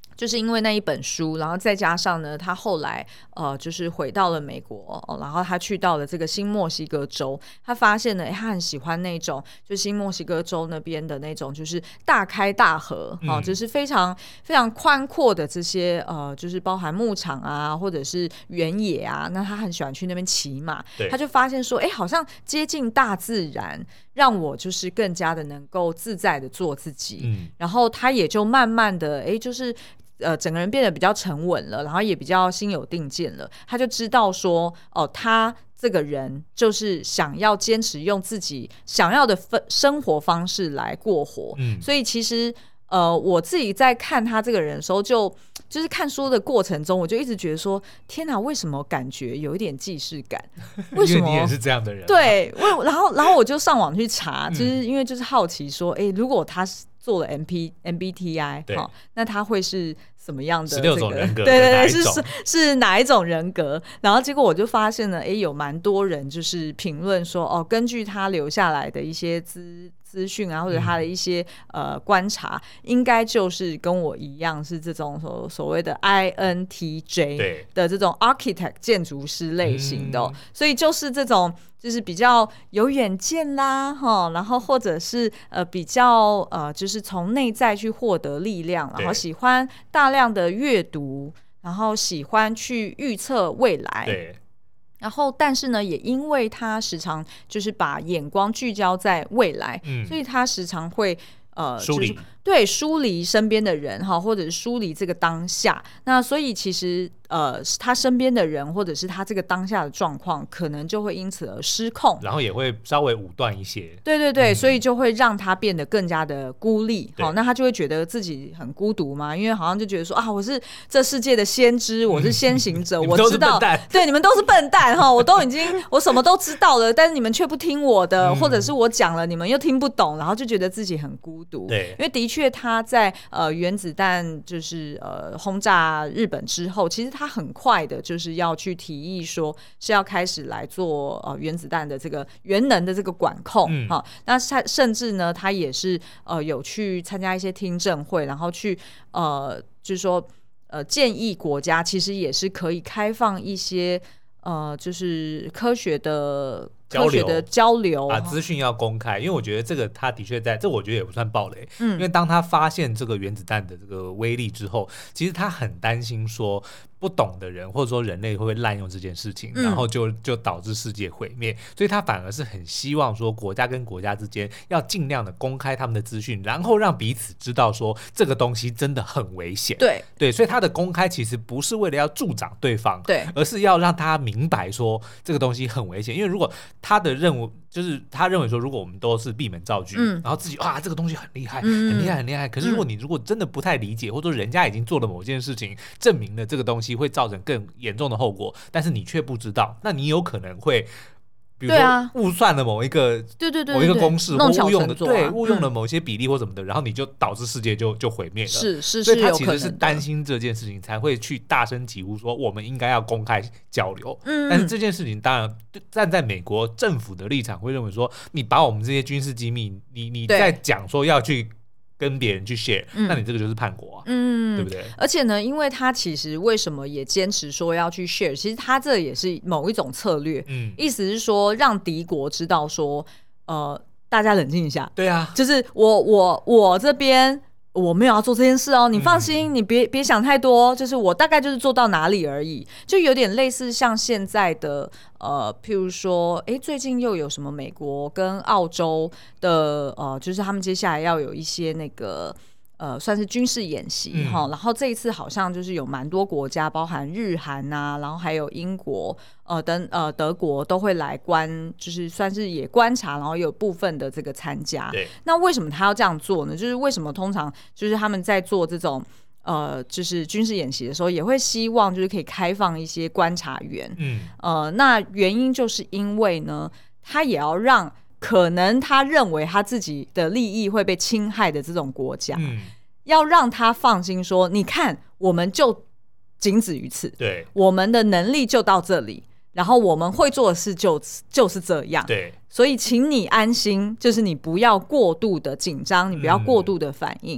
就是因为那一本书，然后再加上呢，他后来呃，就是回到了美国、哦、然后他去到了这个新墨西哥州，他发现呢，他很喜欢那种就新墨西哥州那边的那种就是大开大合、嗯哦、就是非常非常宽阔的这些呃，就是包含牧场啊，或者是原野啊，那他很喜欢去那边骑马，他就发现说，哎，好像接近大自然，让我就是更加的能够自在的做自己、嗯、然后他也就慢慢的哎，就是呃，整个人变得比较沉稳了，然后也比较心有定见了。他就知道说，哦、呃，他这个人就是想要坚持用自己想要的生活方式来过活。嗯，所以其实呃，我自己在看他这个人的时候就，就就是看书的过程中，我就一直觉得说，天哪，为什么感觉有一点既视感？为什么？ 因为你也是这样的人。 对，然后然后我就上网去查，就是因为就是好奇说，哎、欸，如果他是做了 M P M B T I， 好，那他会是什么样的、这个？ 十六种人格， 对对对，是是是哪一种人格？然后结果我就发现了，哎，有蛮多人就是评论说，哦，根据他留下来的一些资资讯啊，或者他的一些、嗯、呃观察，应该就是跟我一样是这种所所谓的 I N T J 的这种 architect 建筑师类型的、哦嗯，所以就是这种。就是比较有远见啦，哈，然后或者是呃比较呃，就是从内在去获得力量，然后喜欢大量的阅读，然后喜欢去预测未来， 对。 然后，但是呢，也因为他时常就是把眼光聚焦在未来，嗯、所以他时常会呃疏离、 就是、对疏离身边的人哈，或者是疏离这个当下。那所以其实。呃，他身边的人或者是他这个当下的状况可能就会因此而失控， 然后也会稍微武断一些， 对对对、嗯、所以就会让他变得更加的孤立。好，那他就会觉得自己很孤独嘛，因为好像就觉得说啊，我是这世界的先知，我是先行者、嗯、我知道，对，你们都是笨蛋哈，我都已经我什么都知道了，但是你们却不听我的、嗯、或者是我讲了你们又听不懂，然后就觉得自己很孤独。 对， 因为的确他在呃原子弹就是呃轰炸日本之后，其实他他很快的就是要去提议说是要开始来做呃原子弹的这个原能的这个管控、嗯哦、那甚至呢他也是呃有去参加一些听证会，然后去呃就是说呃建议国家其实也是可以开放一些呃就是科学的科学的交流啊，资讯要公开，因为我觉得这个他的确在这，我觉得也不算暴雷、嗯，因为当他发现这个原子弹的这个威力之后，其实他很担心说不懂的人或者说人类会不会滥用这件事情，然后就就导致世界毁灭，所以他反而是很希望说国家跟国家之间要尽量的公开他们的资讯，然后让彼此知道说这个东西真的很危险。 对对，所以他的公开其实不是为了要助长对方， 对， 而是要让他明白说这个东西很危险，因为如果他的任务就是他认为说，如果我们都是闭门造车、嗯，然后自己啊这个东西很厉害、嗯，很厉害，很厉害。可是如果你如果真的不太理解，或者说人家已经做了某件事情，证明了这个东西会造成更严重的后果，但是你却不知道，那你有可能会。比如说误算了某一个对对对某一个公式，或误用的对误用了嗯、 某些比例或什么的，然后你就导致世界就就毁灭了。 是是是， 所以他其实是担心这件事情，才会去大声疾呼说我们应该要公开交流。嗯，但是这件事情当然站在美国政府的立场会认为说，你把我们这些军事机密，你你在讲说要去。跟别人去 share、嗯、那你这个就是叛国啊，嗯，对不对？ 而且呢，因为他其实为什么也坚持说要去 share， 其实他这也是某一种策略，嗯，意思是说让敌国知道说，呃，大家冷静一下， 对啊， 就是我我我这边。我没有要做这件事哦，你放心，嗯、你别别想太多，就是我大概就是做到哪里而已，就有点类似像现在的呃，譬如说，哎，最近又有什么美国跟澳洲的呃，就是他们接下来要有一些那个。呃，算是军事演习哈、嗯，然后这一次好像就是有蛮多国家，包含日韩呐、啊，然后还有英国、呃等呃德国都会来观，就是算是也观察，然后有部分的这个参加。 对， 那为什么他要这样做呢？就是为什么通常就是他们在做这种呃就是军事演习的时候，也会希望就是可以开放一些观察员。嗯，呃，那原因就是因为呢，他也要让。可能他认为他自己的利益会被侵害的这种国家、嗯、要让他放心说你看我们就仅止于此， 对， 我们的能力就到这里，然后我们会做的事就就是这样， 对， 所以请你安心，就是你不要过度的紧张，你不要过度的反应、嗯，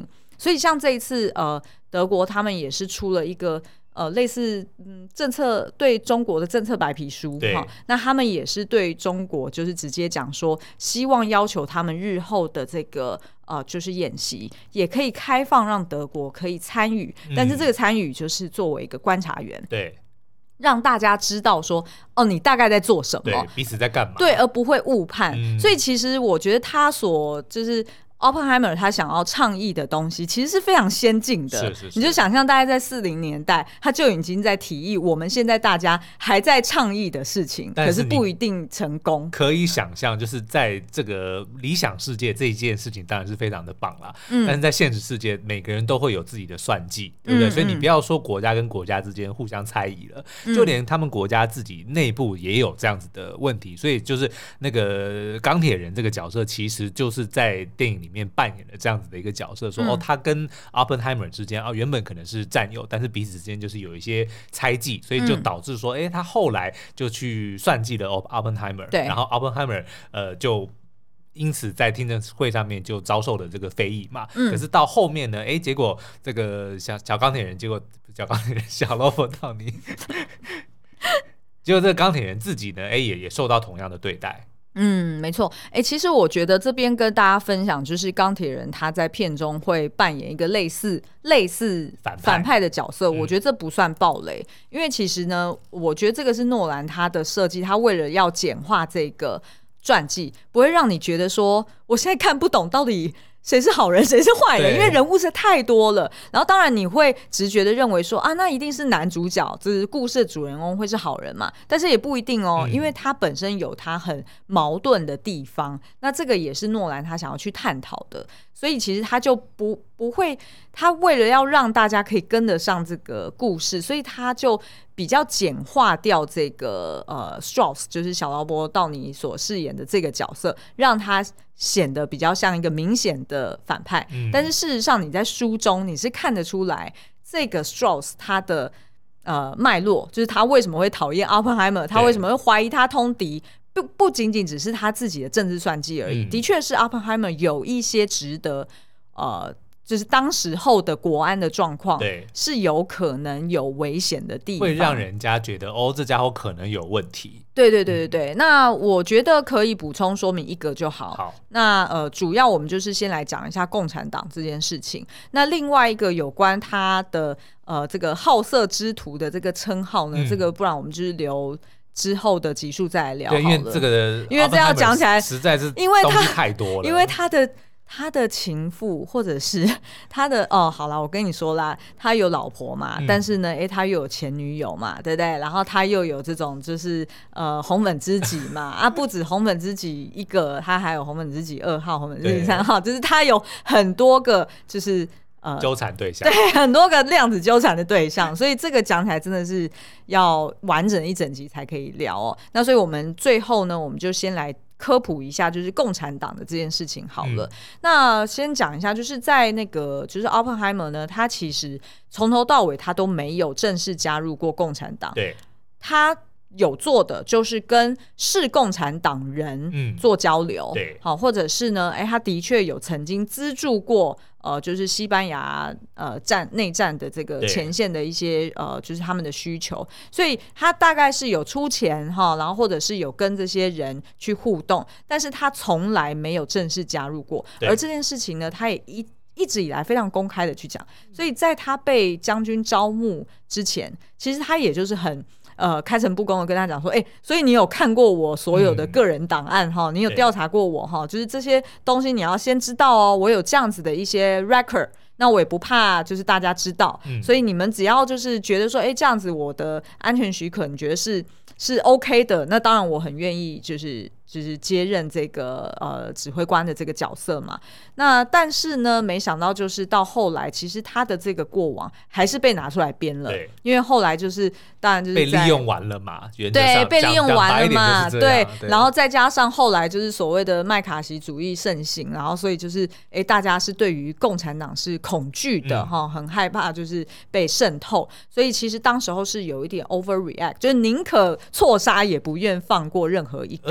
所以像这一次呃德国他们也是出了一个呃，类似嗯政策对中国的政策白皮书， 对， 那他们也是对中国就是直接讲说，希望要求他们日后的这个呃就是演习也可以开放让德国可以参与，嗯、但是这个参与就是作为一个观察员， 对， 让大家知道说哦，你大概在做什么， 对，彼此在干嘛， 对，而不会误判。 嗯、 所以其实我觉得他所就是。Oppenheimer 他想要倡议的东西其实是非常先进的， 是是是， 你就想象大概在四零年代他就已经在提议我们现在大家还在倡议的事情，可是不一定成功。 可以想象就是在这个理想世界这一件事情当然是非常的棒啦、嗯、但是在现实世界每个人都会有自己的算计，对不对、嗯嗯、所以你不要说国家跟国家之间互相猜疑了、嗯、就连他们国家自己内部也有这样子的问题，所以就是那个钢铁人这个角色其实就是在电影里面扮演了这样子的一个角色，说、嗯、哦，他跟 Oppenheimer 之间、哦、原本可能是战友，但是彼此之间就是有一些猜忌，所以就导致说，哎、嗯，他后来就去算计了 Oppenheimer， 对，然后 Oppenheimer 呃就。因此在听证会上面就遭受了这个非议嘛、嗯、可是到后面呢，哎，结果这个小小钢铁人，结果小钢铁人小罗伯特道尼，结果这个钢铁人自己呢，哎，也也受到同样的对待。 嗯，没错。哎，其实我觉得这边跟大家分享，就是钢铁人他在片中会扮演一个类似类似反派的角色，我觉得这不算暴雷、嗯，因为其实呢，我觉得这个是诺兰他的设计，他为了要简化这个传记，不会让你觉得说我现在看不懂到底谁是好人谁是坏人，因为人物是太多了，然后当然你会直觉的认为说啊，那一定是男主角，就是故事的主人公会是好人嘛，但是也不一定哦、嗯、因为他本身有他很矛盾的地方，那这个也是诺兰他想要去探讨的，所以其实他就不不会，他为了要让大家可以跟得上这个故事，所以他就比较简化掉这个呃 Strauss 就是小劳勃道尼所饰演的这个角色，让他显得比较像一个明显的反派、嗯、但是事实上你在书中你是看得出来这个 Strauss 他的呃脉络，就是他为什么会讨厌 Oppenheimer， 他为什么会怀疑他通敌，不不仅仅只是他自己的政治算计而已、嗯、的确是 Oppenheimer 有一些值得呃就是当时候的国安的状况是有可能有危险的地方， 会让人家觉得哦，这家伙可能有问题。 对对对对对、嗯、那我觉得可以补充说明一个就好。 好， 那呃，主要我们就是先来讲一下共产党这件事情。那另外一个有关他的呃这个好色之徒的这个称号呢、嗯，这个不然我们就是留之后的集数再来聊好了。 对，因为这个因为这要讲起来实在是因为他太多了， 因为他的。他的情妇或者是他的哦，好啦，我跟你说啦，他有老婆嘛，嗯、但是呢，哎，他又有前女友嘛，对不对？然后他又有这种就是呃红粉知己嘛，啊，不止红粉知己一个，他还有红粉知己二号、红粉知己三号，就是他有很多个就是呃纠缠对象， 对，很多个量子纠缠的对象，所以这个讲起来真的是要完整一整集才可以聊哦。那所以我们最后呢，我们就先来科普一下就是共产党的这件事情好了、嗯、那先讲一下就是在那个就是 Oppenheimer 呢，他其实从头到尾他都没有正式加入过共产党， 对， 他有做的就是跟是共产党人做交流、嗯、 对， 好，或者是呢，哎，他的确有曾经资助过呃，就是西班牙呃战内战的这个前线的一些呃，就是他们的需求，所以他大概是有出钱哈，然后或者是有跟这些人去互动，但是他从来没有正式加入过，而这件事情呢，他也一一直以来非常公开的去讲，所以在他被将军招募之前，其实他也就是很。呃，开诚布公的跟他讲说，哎、欸，所以你有看过我所有的个人档案哈、嗯，你有调查过我哈，就是这些东西你要先知道哦，我有这样子的一些 record， 那我也不怕就是大家知道、嗯，所以你们只要就是觉得说，哎、欸，这样子我的安全许可，你觉得是是 OK 的，那当然我很愿意就是就是接任这个呃指挥官的这个角色嘛。那但是呢，没想到就是到后来，其实他的这个过往还是被拿出来编了，对，因为后来就是当然就是被利用完了嘛， 对，被利用完了嘛，对，然后再加上后来就是所谓的麦卡锡主义盛行，然后所以就是哎，大家是对于共产党是恐惧的哈、嗯，很害怕就是被渗透，所以其实当时候是有一点 overreact， 就是宁可错杀也不愿放过任何一个。 而且其实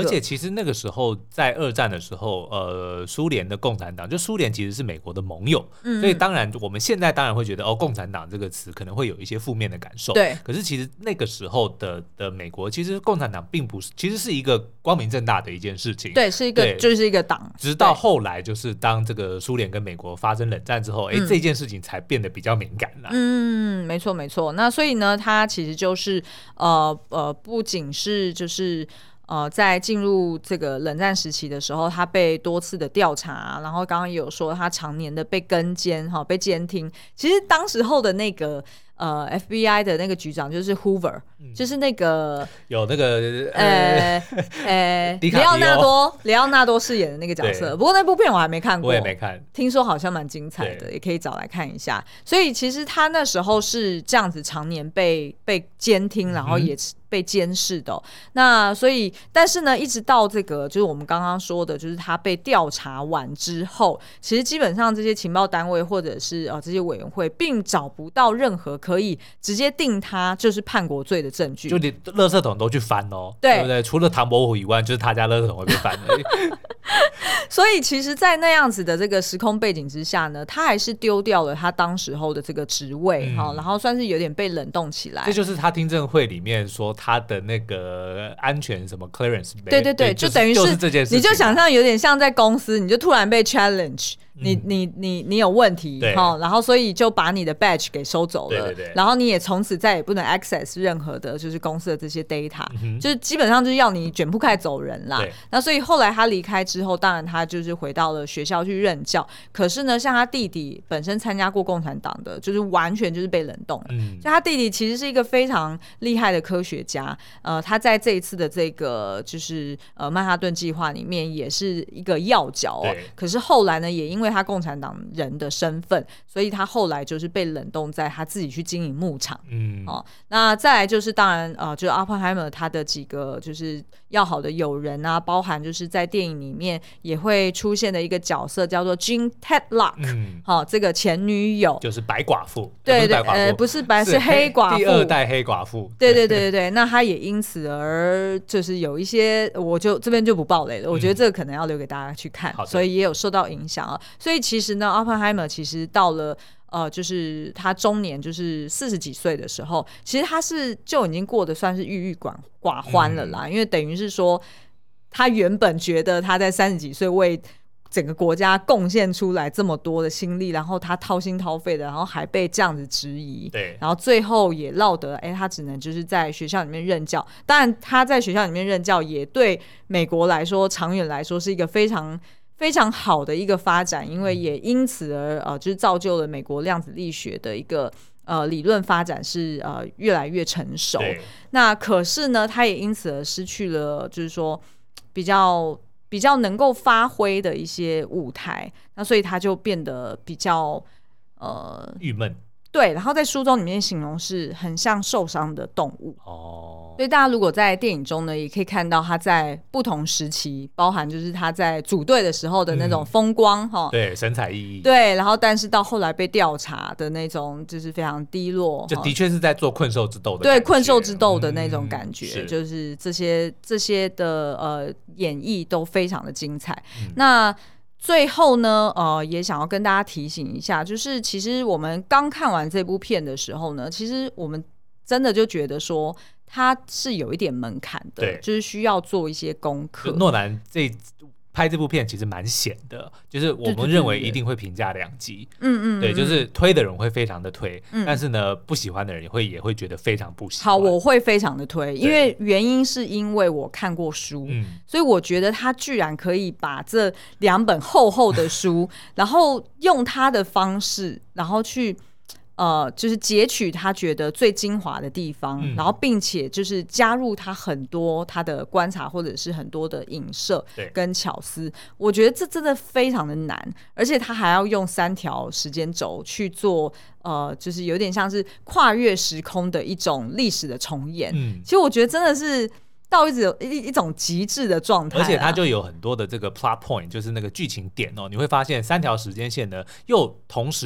那个时候在二战的时候，呃，苏联的共产党，就苏联其实是美国的盟友，嗯、所以当然我们现在当然会觉得哦，共产党这个词可能会有一些负面的感受。 对， 可是其实那个时候的的美国，其实共产党并不是，其实是一个光明正大的一件事情。 对，是一个就是一个党。 直到后来，就是当这个苏联跟美国发生冷战之后，哎、嗯，这件事情才变得比较敏感了。 嗯，没错没错。那所以呢，它其实就是呃呃，不仅是就是呃，在进入这个冷战时期的时候，他被多次的调查，然后刚刚也有说他常年的被跟监哈，被监听。其实当时候的那个呃 F B I 的那个局长就是 Hoover，、嗯、就是那个有那个呃呃里奥纳多里奥纳多饰演的那个角色。不过那部片我还没看过， 我也没看， 听说好像蛮精彩的，也可以找来看一下。所以其实他那时候是这样子常年被被监听，然后也被监视的、哦。那所以，但是呢，一直到这个就是我们刚刚说的，就是他被调查完之后，其实基本上这些情报单位或者是呃这些委员会，并找不到任何可以直接定他就是叛国罪的证据， 就连垃圾桶都去翻哦， 对, 对不对？除了唐伯虎以外，就是他家垃圾桶会被翻而已。 所以其实在那样子的这个时空背景之下呢，他还是丢掉了他当时候的这个职位、嗯、然后算是有点被冷冻起来。 这就是他听证会里面说他的那个安全什么 clearance， 对对对，就等于 是, 就是这件事情、啊、 你就想象有点像在公司你就突然被 challenge，你你你你有问题，然后所以就把你的 badge 给收走了， 对对对， 然后你也从此再也不能 access 任何的就是公司的这些 data，、嗯、就是基本上就是要你卷铺盖走人啦。那所以后来他离开之后，当然他就是回到了学校去任教，可是呢，像他弟弟本身参加过共产党的，就是完全就是被冷冻了。嗯，所以他弟弟其实是一个非常厉害的科学家，呃，他在这一次的这个就是呃曼哈顿计划里面也是一个要角哦。可是后来呢，也因为他共产党人的身份，所以他后来就是被冷冻在他自己去经营牧场。嗯，哦，那再来就是当然呃，就是 Oppenheimer 他的几个就是要好的友人啊，包含就是在电影里面也会出现的一个角色叫做 Jean Tedlock， 嗯，好、哦，这个前女友就是白寡妇， 对对，呃，不是白是黑寡妇， 第二代黑寡妇， 对对对对对，那他也因此而就是有一些，我就这边就不爆雷了，我觉得这个可能要留给大家去看，嗯、所以也有受到影响啊。所以其实呢 ，Oppenheimer 其实到了。呃，就是他中年，就是四十几岁的时候，其实他是就已经过得算是郁郁寡寡欢了啦、嗯，因为等于是说，他原本觉得他在三十几岁为整个国家贡献出来这么多的心力，然后他掏心掏肺的，然后还被这样子质疑， 对， 然后最后也落得，哎，他只能就是在学校里面任教。当然，他在学校里面任教也对美国来说，长远来说是一个非常。非常好的一个发展，因为也因此而呃，就是造就了美国量子力学的一个呃理论发展是呃越来越成熟。那可是呢，他也因此而失去了就是说比较比较能够发挥的一些舞台，那所以他就变得比较呃郁闷。 对，然后在书中里面形容是很像受伤的动物哦，所以大家如果在电影中呢，也可以看到他在不同时期，包含就是他在组队的时候的那种风光哈、嗯， 对，神采奕奕， 对，然后但是到后来被调查的那种就是非常低落， 就的确是在做困兽之斗的， 对，困兽之斗的那种感觉，嗯、是就是这些这些的呃演绎都非常的精彩，嗯、那。最后呢，呃，也想要跟大家提醒一下，就是其实我们刚看完这部片的时候呢，其实我们真的就觉得说它是有一点门槛的，就是需要做一些功课。 诺兰这拍这部片其实蛮险的，就是我们认为一定会评价两极，嗯嗯，对，就是推的人会非常的推，嗯、但是呢，不喜欢的人也会也会觉得非常不喜欢。 好，我会非常的推，因为原因是因为我看过书，嗯、所以我觉得他居然可以把这两本厚厚的书，然后用他的方式，然后去。呃，就是截取他觉得最精华的地方、嗯、然后并且就是加入他很多他的观察或者是很多的影射跟巧思，我觉得这真的非常的难，而且他还要用三条时间轴去做呃，就是有点像是跨越时空的一种历史的重演、嗯、其实我觉得真的是到一种 一, 一种极致的状态， 而且它就有很多的这个 plot point， 就是那个剧情点哦，你会发现三条时间线呢又同时有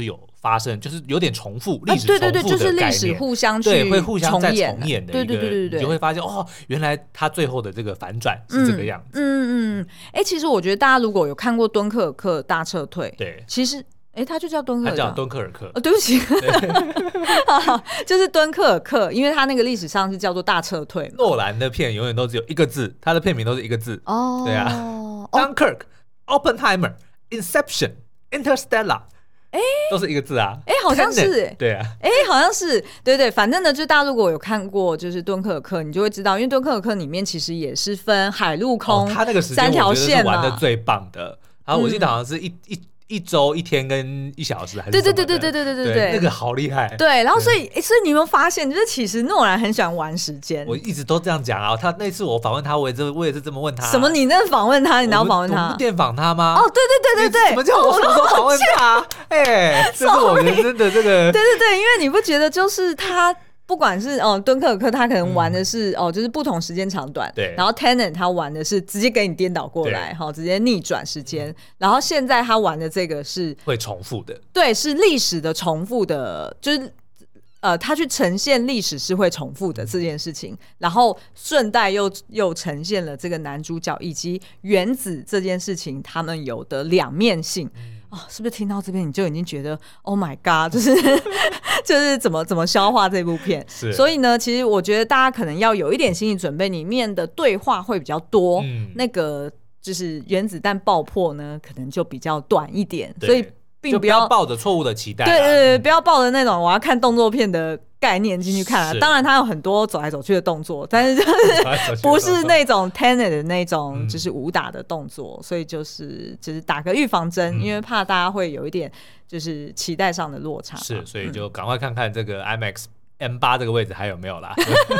发生，就是有点重复历史重复的概念、啊、对对对， 就是历史互相去对会互相再重演的一个， 对对对对对， 你就会发现哦，原来他最后的这个反转是这个样子。 嗯嗯哎、嗯，其实我觉得大家如果有看过敦刻尔克大撤退， 对， 其实。哎，他就叫敦刻尔克， 他叫敦刻尔克。 哦，对不起，就是敦刻尔克，因为他那个历史上是叫做大撤退。 诺兰的片永远都只有一个字，他的片名都是一个字。 哦， 对啊 ，Dunkirk、Oppenheimer、Inception、Interstellar， 哎，都是一个字啊。 哎，好像是， 对啊， 哎，好像是，对对，反正呢，就大家如果有看过就是敦刻尔克，你就会知道，因为敦刻尔克里面其实也是分海陆空、 哦、他那个时间三条线嘛， 我觉得是玩的最棒的。然后我记得好像是一、嗯、一。一周一天跟一小时还是什么的， 对对对对对对对 对, 对，那个好厉害。 对，然后所以所以你有没有发现，就是其实诺兰很喜欢玩时间。 我一直都这样讲啊，他那次我访问他，我也是我也是这么问他。 什么？你那访问他，你哪有访问他？ 我不电访他吗？ 哦，对对对对对， 怎么叫我什么时候访问他？哎、欸，这是我人生的这个。 对对对，因为你不觉得就是他。不管是哦，敦刻尔克他可能玩的是、嗯、哦，就是不同时间长短， 对。 然后 Tenet 他玩的是直接给你颠倒过来，哈、哦，直接逆转时间、嗯。然后现在他玩的这个是会重复的， 对，是历史的重复的，就是呃，他去呈现历史是会重复的这件事情，然后顺带又又呈现了这个男主角以及原子这件事情他们有的两面性。嗯哦、是不是听到这边你就已经觉得 Oh my God， 就是就是怎么怎么消化这部片？所以呢，其实我觉得大家可能要有一点心理准备，里面的对话会比较多，嗯、那个就是原子弹爆破呢，可能就比较短一点，所以并不要抱着错误的期待。 对对对，不要抱着那种我要看动作片的概念进去看啊。当然，它有很多走来走去的动作，但是就是不是那种 Tenet 的那种，就是武打的动作，嗯、所以就是就是打个预防针、嗯，因为怕大家会有一点就是期待上的落差。 是，所以就赶快看看这个 IMAX M 八 这个位置还有没有啦。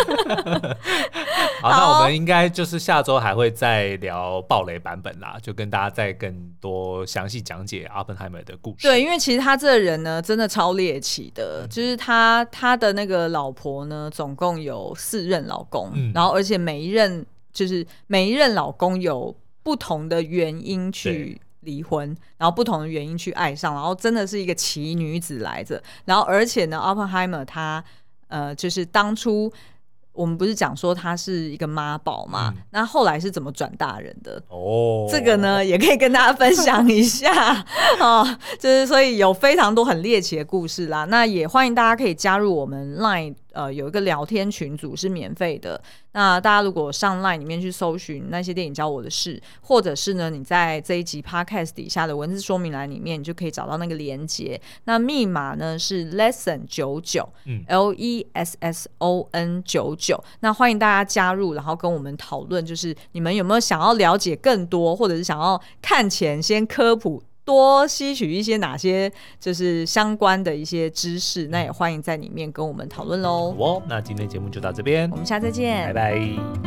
好，那我们应该就是下周还会再聊爆雷版本啦，就跟大家再更多详细讲解 Oppenheimer 的故事。 对，因为其实他这个人呢真的超猎奇的、嗯、就是他他的那个老婆呢总共有四任老公、嗯、然后而且每一任就是每一任老公有不同的原因去离婚，然后不同的原因去爱上，然后真的是一个奇女子来着。然后而且呢 Oppenheimer 他呃就是当初我们不是讲说他是一个妈宝嘛、嗯、那后来是怎么转大人的哦？这个呢也可以跟大家分享一下哦，就是所以有非常多很猎奇的故事啦。那也欢迎大家可以加入我们 LINE 呃有一个聊天群组是免费的，那大家如果上 LINE 里面去搜寻那些电影教我的事，或者是呢你在这一集 Podcast 底下的文字说明栏里面你就可以找到那个连结，那密码呢是 lesson 九九、嗯、L E S S O N 九九，那欢迎大家加入，然后跟我们讨论，就是你们有没有想要了解更多，或者是想要看前先科普多吸取一些哪些就是相关的一些知识，那也欢迎在里面跟我们讨论咯。 好哦，那今天节目就到这边， 我们下次见， 拜拜。